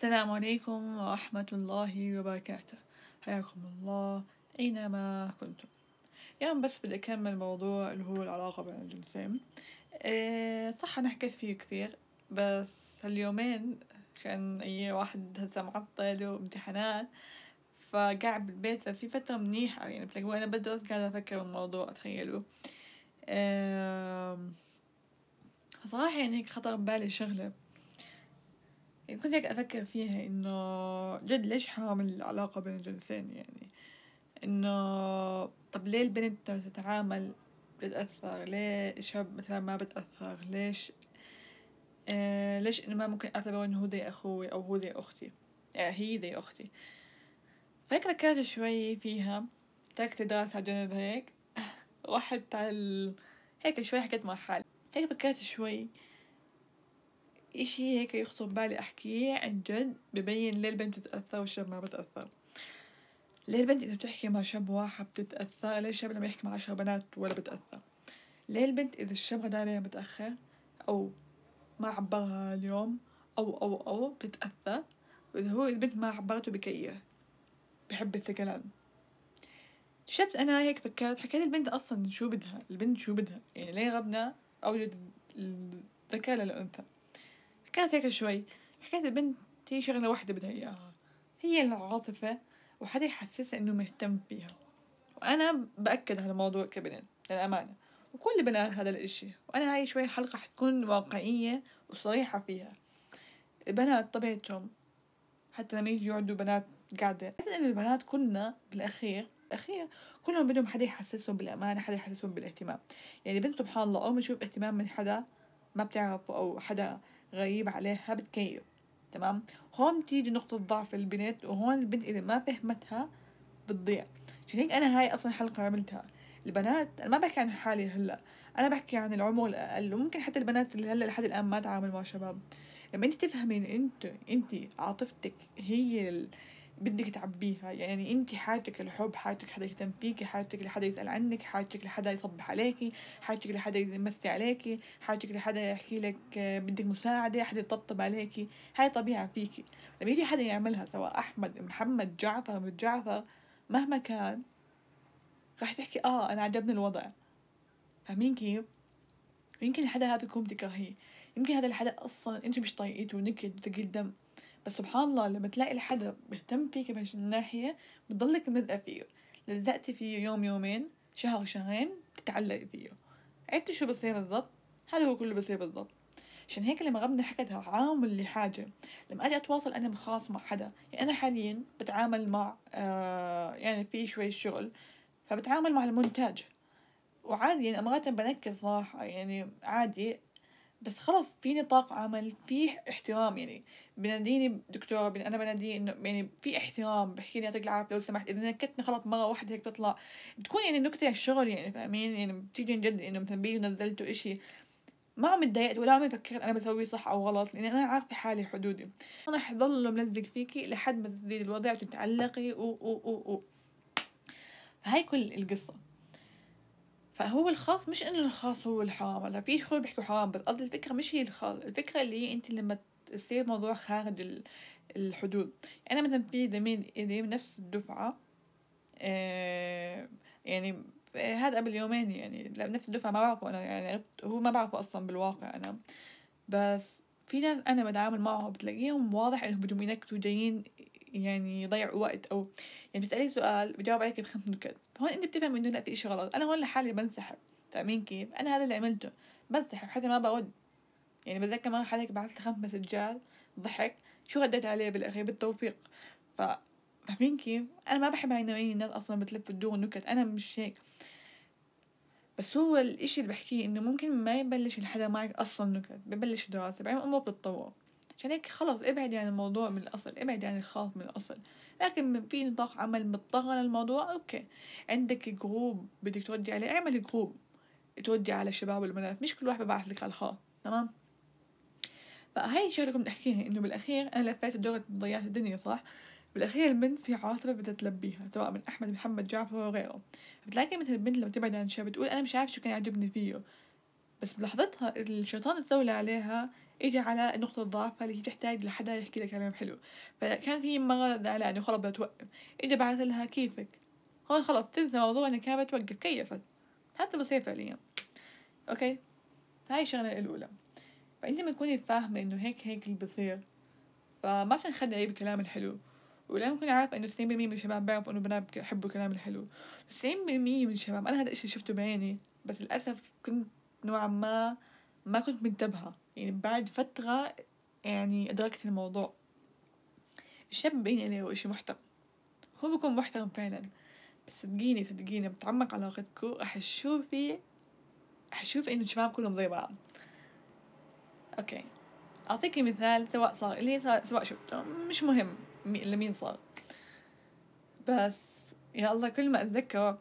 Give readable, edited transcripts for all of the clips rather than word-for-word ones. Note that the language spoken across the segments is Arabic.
السلام عليكم ورحمة الله وبركاته. حياكم الله أينما كنتم. اليوم بس بدي أكمل موضوع اللي هو العلاقة بين الجنسين. صح أنا حكيت فيه كثير، بس هاليومين عشان أي واحد هسه معطل وامتحانات فقاعد بالبيت، ففي فترة منيحة يعني بتلاقوا أنا بدرس قاعدة أفكر بالموضوع. تخيلوا صراحة يعني هيك خطر ببالي شغلة، يعني كنت هيك أفكر فيها إنه جد ليش حرام العلاقة بين الجنسين؟ يعني إنه طب ليه البنت لما تتعامل بتتأثر، ليه الشاب مثلا ما بتأثر؟ ليش إنه ما ممكن أعتبره إنه هو زي أخوي أو هو زي أختي، هي زي أختي؟ فهيك فكرت شوي فيها، تركت الدراسة على جنب هيك رحت هيك شوي حكيت مع حالي، هيك فكرت شوي إشي هيك يخطر بالي أحكيه عن جد ببين ليه البنت بتتأثر والشاب ما بتأثر. ليه البنت إذا بتحكي مع شاب واحد بتتأثر، ليه الشاب لما يحكي مع 10 بنات ولا بتأثر؟ ليه البنت إذا الشاب غدا عليها متأخر أو ما عبرها اليوم أو بتتأثر، وإذا هو البنت ما عبرته بكيه بحب الثقلان. شفت أنا هيك فكرت، حكيت البنت أصلا شو بدها، البنت شو بدها، يعني ليه ربنا أوجد الذكر للأنثى؟ فكرت هيك شوي، حكيت البنت هي شغلة واحدة بدها إياها، هي العاطفة وحدا يحسسها إنه مهتم فيها. وأنا بأكد على الموضوع كبنت للأمانة، وكل بنات هذا الإشي، وأنا هاي شوي حلقة حتكون واقعية وصريحة فيها. البنات طبيعتهم حتى لما يجي يقعدوا بنات قاعدة، بحس إن البنات كلنا بالأخير كلهم بدهم حدا يحسسهم بالأمان، حدا يحسسهم بالاهتمام. يعني بنت سبحان الله أول ما تشوف اهتمام من حدا ما بتعرفه أو حدا غريب عليها بتكيف. تمام، هون تيجي نقطة ضعف البنت، وهون البنت إذا ما فهمتها بتضيع. عشان هيك أنا هاي أصلا حلقة عملتها البنات. أنا ما بحكي عن حالي هلا، أنا بحكي عن العمر الأقل، وممكن حتى البنات اللي هلا لحد الآن ما تعامل مع شباب. لما انت تفهمين انت عاطفتك هي بدك تعبيها، يعني انت حاجتك الحب، حاجتك حدا يهتم فيكي، حاجتك لحدا يسأل عنك، حاجتك لحدا يصبح عليكي، حاجتك لحدا يمسي عليكي، حاجتك لحدا يحكي لك بدك مساعدة، حدا يطبطب عليكي. هاي طبيعة فيكي. لما يجي حدا يعملها سواء أحمد، محمد، جعفر، مش جعفر، مهما كان راح تحكي أنا عجبني الوضع. فاهمين كيف؟ يمكن هذا بيكون بتكرهيه، يمكن هذا الحدا أصلا أنت مش طايقته ونكد وثقيل دم، بس سبحان الله لما تلاقي الحدا بيهتم فيك بهاي الناحية بتضلك ملزقة فيه، لزقتي فيه يوم يومين شهر شهرين بتتعلقي فيه. عرفتي شو بصير بالضبط؟ هذا هو كله بصير بالضبط. عشان هيك لما ربنا حكتها عامل لحاجة، لما أجي أتواصل أنا خاص مع حدا، يعني أنا حاليا بتعامل مع يعني في شوي شغل، فبتعامل مع المونتاج وعادي، يعني مرات بنكد صراحة، يعني عادي، بس خلص في نطاق عمل، فيه احترام. يعني بناديني دكتورة، أنا بناديه إنه يعني في احترام، بحكي لي يعطيك العافية لو سمحت، إذا نكتني خلط مرة واحدة هيك بتطلع بتكون يعني نكتة على الشغل، يعني فاهمين؟ يعني بتيجي جد إنه مثلا بيجي نزلتوا إشي ما عم اتضايقت ولا عم افكر انا بسوي صح او غلط، لان انا عارفه حالي حدودي. انا حضل ملزق فيكي لحد ما تزيد الوضع وتتعلقي او فهاي كل القصه. فهو الخاص مش انه الخاص هو الحرام، ولا في شغل بيحكوا حرام، بس قصدي الفكره مش هي الخاص، الفكره اللي هي انت لما تصير موضوع خارج الحدود. يعني انا مثلا في زميل إلي بنفس الدفعه، يعني هذا قبل يومين، يعني نفس الدفعه ما بعرفه انا، يعني عرفت هو ما بعرفه اصلا بالواقع انا، بس في ناس انا بتعامل معهم بتلاقيهم واضح انهم بدهم ينكتوا، جايين يعني يضيعوا وقت، او يعني بتسألي سؤال بجاوب عليك بخمس نكت، فهون انت بتفهم انه لا في اشي غلط. انا هون لحالي بنسحب. فاهمين كيف؟ انا هذا اللي عملته، بنسحب حتى ما برد. يعني بتذكر مرة حدا بعث لي 5 مسجات ضحك، شو رديت عليه بالاخير؟ بالتوفيق. ف فاهمين كيف؟ انا ما بحب هاي النوعية الناس اصلا بتلف وتدور نكت، انا مش هيك. بس هو الاشي اللي بحكيه انه ممكن ما يبلش الحدا معك اصلا نكت، ببلش دراسة بعدين امور بتتطور. عشان هيك خلص ابعدي عن الموضوع من الاصل، ابعدي عن الخاص من الاصل. لكن في نطاق عمل مضطر للموضوع، اوكي، عندك جروب بدك تودي عليه، اعملي جروب تودي على الشباب والبنات، مش كل واحد ببعث لك على الخاص. تمام، فهاي الشغلة كنت احكيها، انه بالاخير انا لفيت الدورة ضيعت الدنيا صح. بالاخير البنت في عاطفة بدها تلبيها، سواء من احمد، محمد، جعفر وغيره. بتلاقي مثل البنت لما تبعد عن شاب بتقول انا مش عارف شو كان يعجبني فيه، بس بلحظتها الشيطان استولى عليها، اجى على نقطة ضعفها اللي هي تحتاج لحدا يحكي لها كلام حلو. فكانت هي مرة زعلانة وخلاص بدها توقف، اجى بعث لها كيفك، هون خلاص تنسى موضوع انها كانت بتوقف، كيفت. حتى بصير فعليا. اوكي، هاي الشغلة الأولى. فأنت ما تكوني فاهمة إنه هيك اللي بصير، فما تنخدعي بالكلام الحلو. ولازم تكوني عارفة إنه 90% من الشباب بيعرفوا إنه بنات بيحبوا الكلام الحلو. 90% من الشباب، أنا هذا الإشي شفته بعيني، بس للأسف كنت نوعا ما كنت منتبهة، يعني بعد فترة يعني أدركت الموضوع. الشاب بين عليه إشي محترم، هو بيكون محترم فعلا، بس صدقيني بتعمق علاقتكو راح تشوفي إنه الشباب كلهم زي بعض. أوكي، أعطيكي مثال، سواء اللي صار سواء شفته مش مهم لمين صار، بس يا الله كل ما أتذكر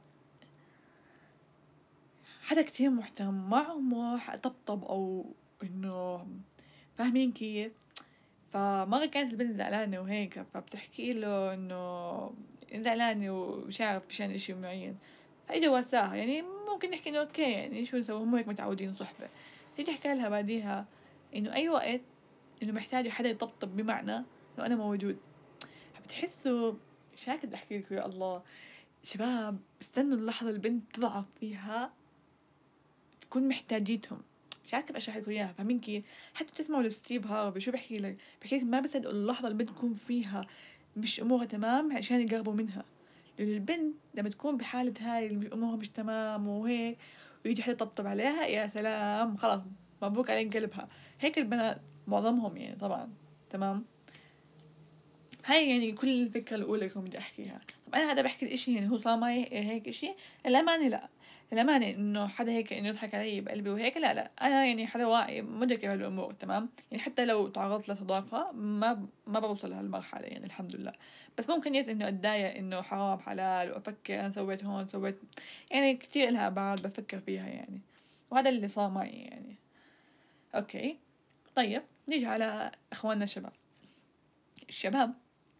حدا كتير محترم ما عمره طبطب أو إنه، فاهمين كيف؟ فمرة كانت البنت زعلانة وهيك، فبتحكي له إنه زعلانة ومش عارف مشان إشي معين، فإجا واساها، يعني ممكن نحكي إنه أوكي يعني شو نسوي، هم هيك متعودين صحبة. تيجي حكى لها بعديها إنه أي وقت إنه محتاجة حدا يطبطب، بمعنى إنه أنا موجود. بتحسوا مش هيك بدي أحكي لكم، يا الله شباب استنوا اللحظة البنت تضعف فيها تكون محتاجيتهم. مش عارفة كيف أشرح لكم إياها، فاهمين كيف؟ حتى بتسمعوا لستيف هارفي شو بحكي لك، بحكي لك ما بصدقوا اللحظة اللي البنت تكون فيها مش أمورها تمام عشان يقربوا منها. لأن البنت لما تكون بحالة هاي اللي أمورها مش تمام وهيك، ويجي حدا يطبطب عليها، يا سلام خلاص مبروك عليك قلبها. هيك البنات معظمهم يعني طبعا. تمام، هاي يعني كل الفكرة الأولى اللي كنت بدي أحكيها. طب أنا هذا بحكي الإشي يعني هو صار معي هيك إشي، للأمانة لا، للأمانة إنه حدا هيك إنه يضحك علي بقلبي وهيك، لا أنا يعني حدا واعي مدرك بهالأمور. تمام، يعني حتى لو تعرضت لصداقة ما بوصل لهالمرحلة يعني الحمد لله. بس ممكن إنه أتضايق إنه حرام حلال، وأفكر أنا سويت هون سويت، يعني كتير إلها أبعاد بفكر فيها يعني، وهذا اللي صار معي يعني. أوكي، طيب نيجي على إخواننا الشباب.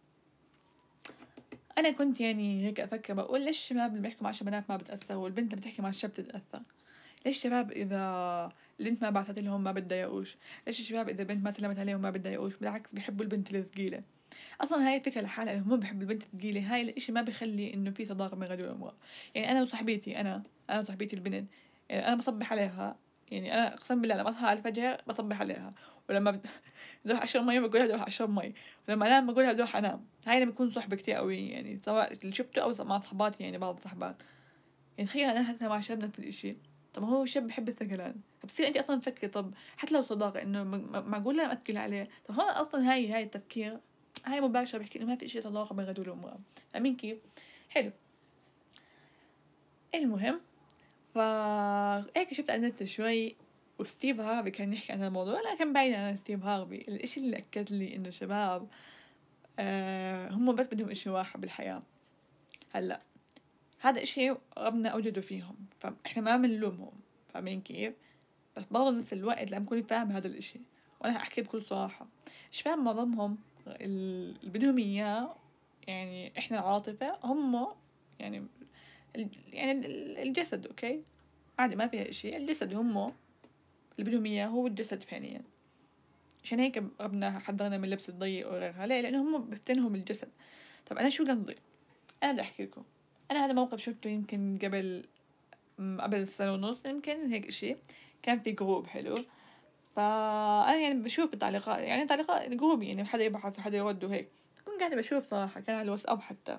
انا كنت يعني هيك افكر بقول ليش الشباب اللي بيحكوا مع شباب ما بتاثر، والبنت اللي بتحكي مع الشاب بتتاثر؟ ليش الشباب اذا البنت ما بعثت لهم ما بتضايقوش؟ ليش الشباب اذا البنت ما سلمت عليهم ما بتضايقوش؟ بالعكس بيحبوا البنت الثقيله. اصلا هاي الفكره لحالها انهم هم بيحبوا البنت الثقيله، هاي الاشي ما بيخلي انه في صداقه بين رجل وامراه. يعني انا وصاحبتي انا وصاحبتي البنت، يعني انا بصبح عليها، يعني انا اقسم بالله لما اصحى على الفجر بصبح عليها، ولما بدي اشرب مي بقولها بدي اروح اشرب مي، ولما انام بقولها بدي اروح انام. هاي لما بكون صحبة كتير قوي، يعني سواء اللي شفته او مع صحباتي، يعني بعض الصحبات. يعني تخيل انا حتى مع شاب نفس الاشي. طب ما هو شاب بحب الثقلان، فبصير انت اصلا تفكر طب حتى لو صداقة انه معقول لا أثقل عليه؟ طب هون اصلا هاي التفكير، هاي مباشرة بحكي انه ما في اشي صداقة بين رجل وامرأة. فاهمين كيف؟ حلو. المهم، هيك شفت على النت شوي، وستيف هارفي كان يحكي عن الموضوع، لكن بعيد عن ستيف هارفي الاشي اللي اكد لي انه شباب هم بس بدهم اشي واحد بالحياة. هلا هذا اشي ربنا اوجده فيهم، فاحنا ما بنلومهم، فاهمين كيف؟ بس برضه نفس الوقت لازم تكوني فاهم هذا الاشي. وانا هحكي بكل صراحة، الشباب معظمهم اللي بدهم اياه يعني احنا العاطفة، هم يعني يعني الجسد. اوكي، عادي ما فيها اشي، الجسد هم اللي بدهم اياه هو الجسد فعليا. عشان هيك ربنا حذرنا من لبس الضيق وغيرها، ليه؟ لانه هم بفتنهم الجسد. طب انا شو قصدي؟ انا بدي احكي لكم، انا هذا موقف شفته يمكن قبل سنة ونص يمكن هيك اشي. كان في جروب حلو، فانا يعني بشوف التعليقات، يعني تعليقات الجروب، يعني حدا يبحث وحدا يرد وهيك. كنت قاعدة بشوف صراحة، كان على الواتساب حتى.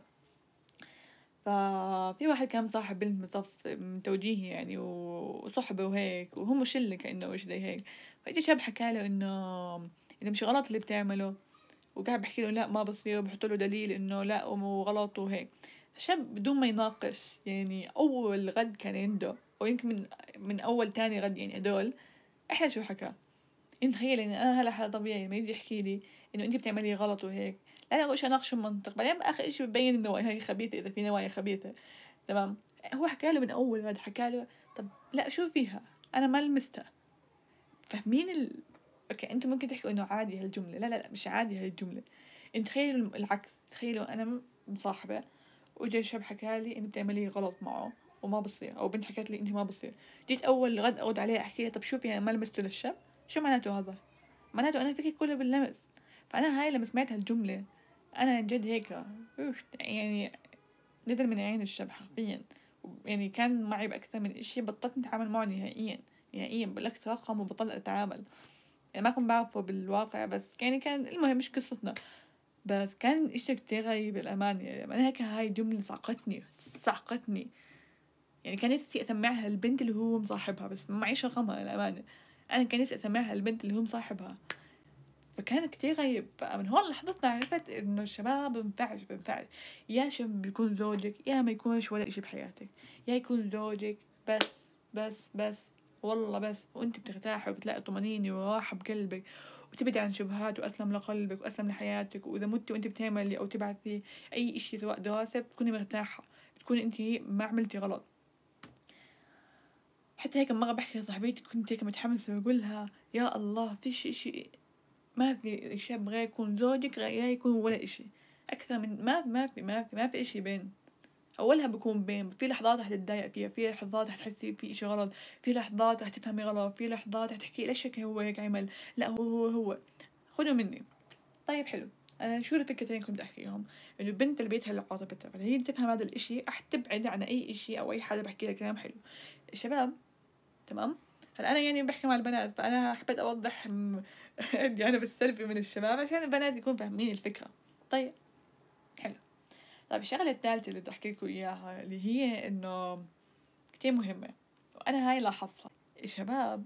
ففي واحد كان مصاحب بنت من توجيهي يعني، وصحبة وهيك، وهم شلة كأنه إيش زي هيك. فإجا شاب حكاله إنه مش غلط اللي بتعمله، وقاعد بحكي له لا ما بصير، وبحط له دليل إنه لا وغلط وهيك. الشاب بدون ما يناقش، يعني أول غد كان عنده، أو يمكن من أول تاني غد، يعني هدول إحنا شو حكى. انت تخيل ان انا هلا حدا طبيعي ما يجي يحكي لي انه انت بتعملي غلط وهيك، لا انا مش اناقش المنطق، بعدين باخر اشي ببين انه هي خبيثه اذا في نوايا خبيثه. تمام، هو حكى له من اول غد حكى له طب لا شو فيها، انا ما لمستها. فاهمين اوكي انتم ممكن تحكوا انه عادي هالجمله، لا مش عادي هالجمله. انت تخيلوا العكس، تخيلوا انا مصاحبه واجا شاب حكى لي انه بتعملي غلط معه وما بصير، او بنت حكت لي انت ما بصير. جيت اول غد ارد عليها احكي لها طب شوفي انا ما لمسته للشاب، شو معناته هذا؟ معناته أنا فكري كله باللمس. فأنا هاي لما سمعت هالجملة أنا عن جد هيك يعني نزل من عين الشب حرفيا. يعني كان معي بأكثر من إشي بطلت نتعامل معه نهائيا، نهائيا بقولك رقم وبطلت أتعامل. يعني ما كنت بعرفه بالواقع، بس يعني كان المهم مش قصتنا. بس كان إشي كتير غريب الأمانة. يعني أنا هيك هاي جملة صعقتني. يعني كان نفسي أسمعها البنت اللي هو مصاحبها، بس ما معيش رقمها الأمانة. أنا كان نفسي أسمعها البنت اللي هو مصاحبها. فكان كتير غريب. فمن هون لحظتنا عرفت إنه الشباب بنفعش. يا شاب بيكون زوجك يا ما يكونش ولا إشي بحياتك، يا يكون زوجك بس والله بس، وانت بترتاحي وبتلاقي طمأنينة وراحة بقلبك، وتبعدي عن شبهات وأسلم لقلبك وأسلم لحياتك. وإذا متي وانت بتعملي أو تبعتي أي إشي سواء دراسة بتكوني مرتاحة، بتكوني انت ما عملتي غلط. حتى هيك مرة بحكي لصاحبتي كنت هيك متحمسة وأقولها يا الله فيش إشي، ما في شاب غير يكون زوجك غير يكون ولا إشي أكثر من ما في إشي بين. أولها بكون بين، في لحظات رح تتضايق فيها، في لحظات رح تحسي في إشي غلط، في لحظات رح تفهمي غلط، في لحظات رح تحكي ليش هيك هو هيك عمل، لا هو خذوا مني. طيب حلو. شو الفكرتين كنت أحكيهم؟ إنه البنت اللي بيتها عاطفتها فهي تفهم هذا الإشي رح تبعد عن أي إشي أو أي حدا بحكي لها كلام حلو. الشباب تمام. هلا انا يعني بحكي مع البنات، فانا حبيت اوضح الجانب السلبي من الشباب عشان البنات يكونوا فاهمين الفكره. طيب حلو. طيب الشغله الثالثه اللي بدي احكي لكم اياها اللي هي انه كتير مهمه، وانا هاي لاحظتها. الشباب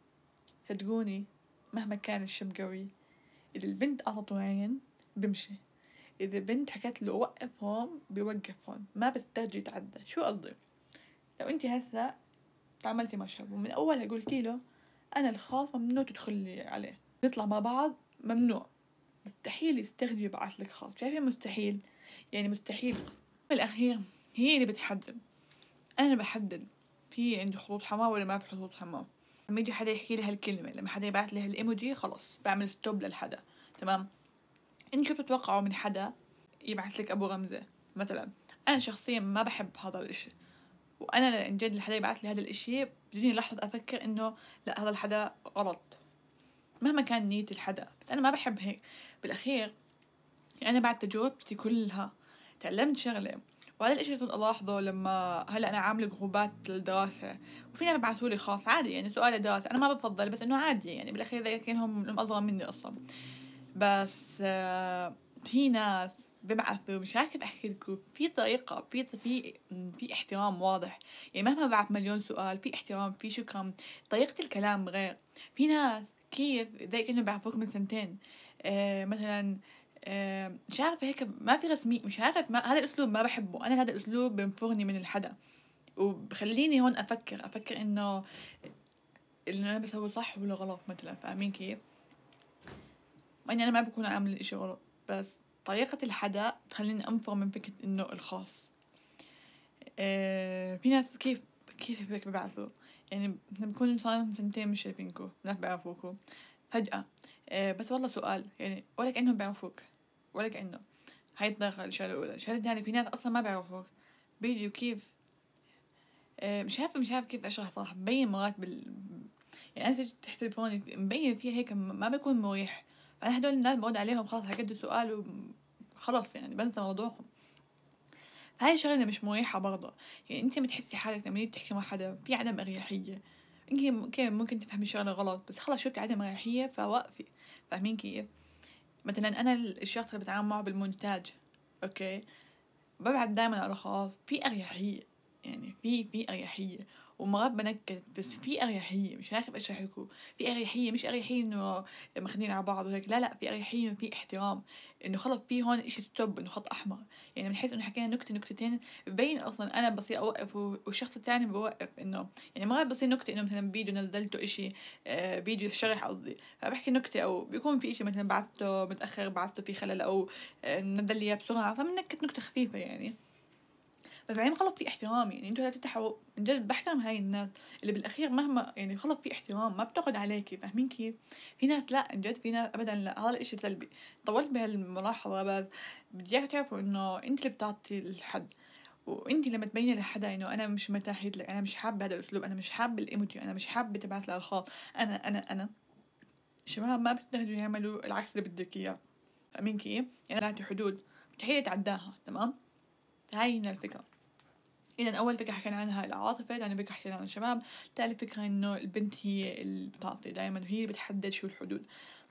صدقوني مهما كان الشاب قوي، اذا البنت اعطته عين بمشي، اذا البنت حكت له وقف هون بيوقف هون، ما بسترجي يتعدى. شو قصدي؟ لو انت هسه تعاملتي مع شاب ومن اولها قلتي له انا الخاص ممنوع تدخلي عليه، نطلع مع بعض ممنوع، مستحيل يستخدم يبعث لك خاص. شايفة مستحيل؟ يعني مستحيل. بالأخير هي اللي بتحدد، أنا بحدد في عندي خطوط حمراء ولا ما في خطوط حمراء. لما يجي حدا يحكي لي هالكلمة، لما حدا يبعث لي هالايموجي، خلاص بعمل ستوب للحدا. تمام. انتوا بتتوقعوا من حدا يبعث لك ابو غمزة مثلا؟ انا شخصيا ما بحب هذا الاشي، وانا عن جد الحدا يبعث لي هذا الاشي بدوني لحظة افكر انه لا هذا الحدا غلط مهما كان نية الحدا، بس أنا ما بحب هيك. بالأخير أنا بعد تجربتي كلها تعلمت شغلة، وهذا الإشي صرت ألاحظه لما هلا أنا عاملة جروبات للدراسة، وفي ناس بيبعثولي خاص عادي يعني سؤال دراسة أنا ما بفضل، بس إنه عادي يعني بالأخير ذا كأنهم أصغر مني أصلا. بس في ناس ببعثوا مش عارفة كيف أحكي لكم، في طريقة في احترام واضح. يعني مهما بعت مليون سؤال في احترام في شكرا، طريقة الكلام غير. في ناس كيف زي كأنه بيعرفوك من سنتين. مثلا مش عارفة هيك ما في رسمي، مش عارف ما هذا الأسلوب ما بحبه أنا. هذا الأسلوب بينفرني من الحدا وبخليني هون أفكر إنه اللي أنا بسوي صح ولا غلط مثلا. فاهمين كيف؟ مع إني أنا ما بكون عامل الإشي غلط، بس طريقة الحدا تخليني أنفر من فكرة إنه الخاص. في ناس كيف هيك ببعثوا. يعني بكون صار سنتين مش شايفينكو، ناس بيعرفوكو فجأة. بس والله سؤال يعني ولا كأنهم بيعرفوك، ولا كأنه. هاي الطريقة الشغلة الأولى. الشغلة الثانية في ناس أصلا ما بيعرفوك بيجوا كيف. مش عارف كيف أشرح صراحة. مبين مرات يعني أنا سجلت تحت تليفوني مبين فيها هيك ما بيكون مريح. فأنا هدول الناس برد عليهم خلاص هقد سؤال وخلاص يعني بنسى موضوعهم. فهاي شغلة مش مريحة برضه. يعني انت بتحسي حالك لما تحكي مع حدا في عدم اريحية، انت ممكن تفهمي شغلة غلط، بس خلاص شفتي عدم اريحية فوقفي. فاهمين كيف؟ مثلا انا الشخص اللي بتعامل معه بالمونتاج، اوكي، ببعت دايما على خاص في اريحية. يعني في اريحية، ومرات بنكد بس في اريحية. مش عارف اشرح لكم. في اريحية، مش اريحية انه ماخدين على بعض وهيك، لا في اريحية وفي احترام. انه خلص في هون اشي ستوب، انه خط احمر. يعني بنحس انه حكينا نكتة نكتتين ببين اصلا انا بصير اوقف والشخص الثاني بوقف. انه يعني مرات بصير نكتة انه مثلا فيديو نزلته اشي فيديو شرح قصدي، فبحكي نكتة او بيكون في اشي مثلا بعثته متأخر، بعثته في خلل، او نزل لي إياه بسرعة فبنكت نكتة خفيفة يعني. فبعدين خلص في احترام. يعني انتوا لا تفتحوا من جد بحترم هاي الناس اللي بالاخير مهما يعني خلص في احترام ما بتاخد عليكي. فاهمين كيف؟ في ناس لا عن جد، في ناس ابدا لا، هذا الاشي سلبي. طولت بهالملاحظة بس بدي اياكم تعرفوا انه انت اللي بتعطي الحد، وانت لما تبيني لحدا انه انا مش مرتاحة لك، انا مش حابة هذا الاسلوب، انا مش حابة الايموجي، انا مش حابة تبعت لي الخاص، انا الشباب ما بيقدروا يعملوا العكس اللي بدك إياه. فاهمين كيف؟ يعني نعطي حدود مستحيل يتعداها. تمام؟ هاي هنا الفكرة. إذا أول فكرة حكينا عنها العاطفة، ثاني فكرة حكينا عن الشباب، ثالث فكرة إنه البنت هي اللي بتعطي دائما وهي اللي بتحدد شو الحدود.